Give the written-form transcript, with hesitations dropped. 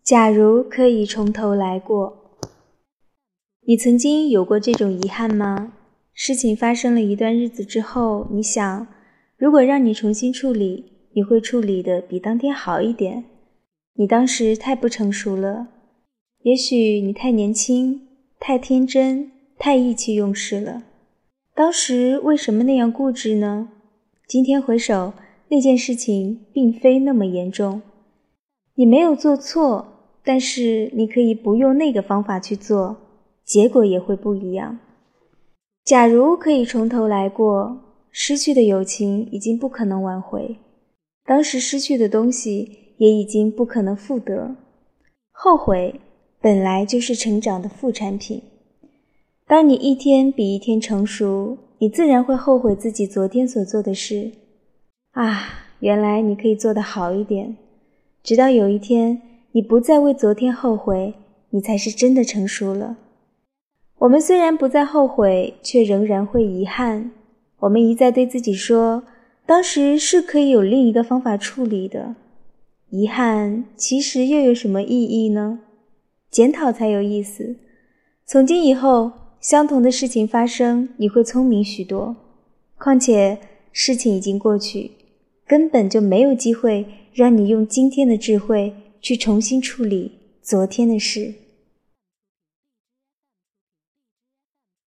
假如可以从头来过。你曾经有过这种遗憾吗？事情发生了一段日子之后，你想，如果让你重新处理，你会处理得比当天好一点。你当时太不成熟了，也许你太年轻，太天真，太意气用事了。当时为什么那样固执呢？今天回首，那件事情并非那么严重。你没有做错，但是你可以不用那个方法去做，结果也会不一样。假如可以从头来过，失去的友情已经不可能挽回，当时失去的东西也已经不可能复得。后悔本来就是成长的副产品。当你一天比一天成熟，你自然会后悔自己昨天所做的事。原来你可以做得好一点。直到有一天，你不再为昨天后悔，你才是真的成熟了。我们虽然不再后悔，却仍然会遗憾。我们一再对自己说，当时是可以有另一个方法处理的。遗憾其实又有什么意义呢？检讨才有意思。从今以后，相同的事情发生，你会聪明许多。况且事情已经过去，根本就没有机会让你用今天的智慧去重新处理昨天的事。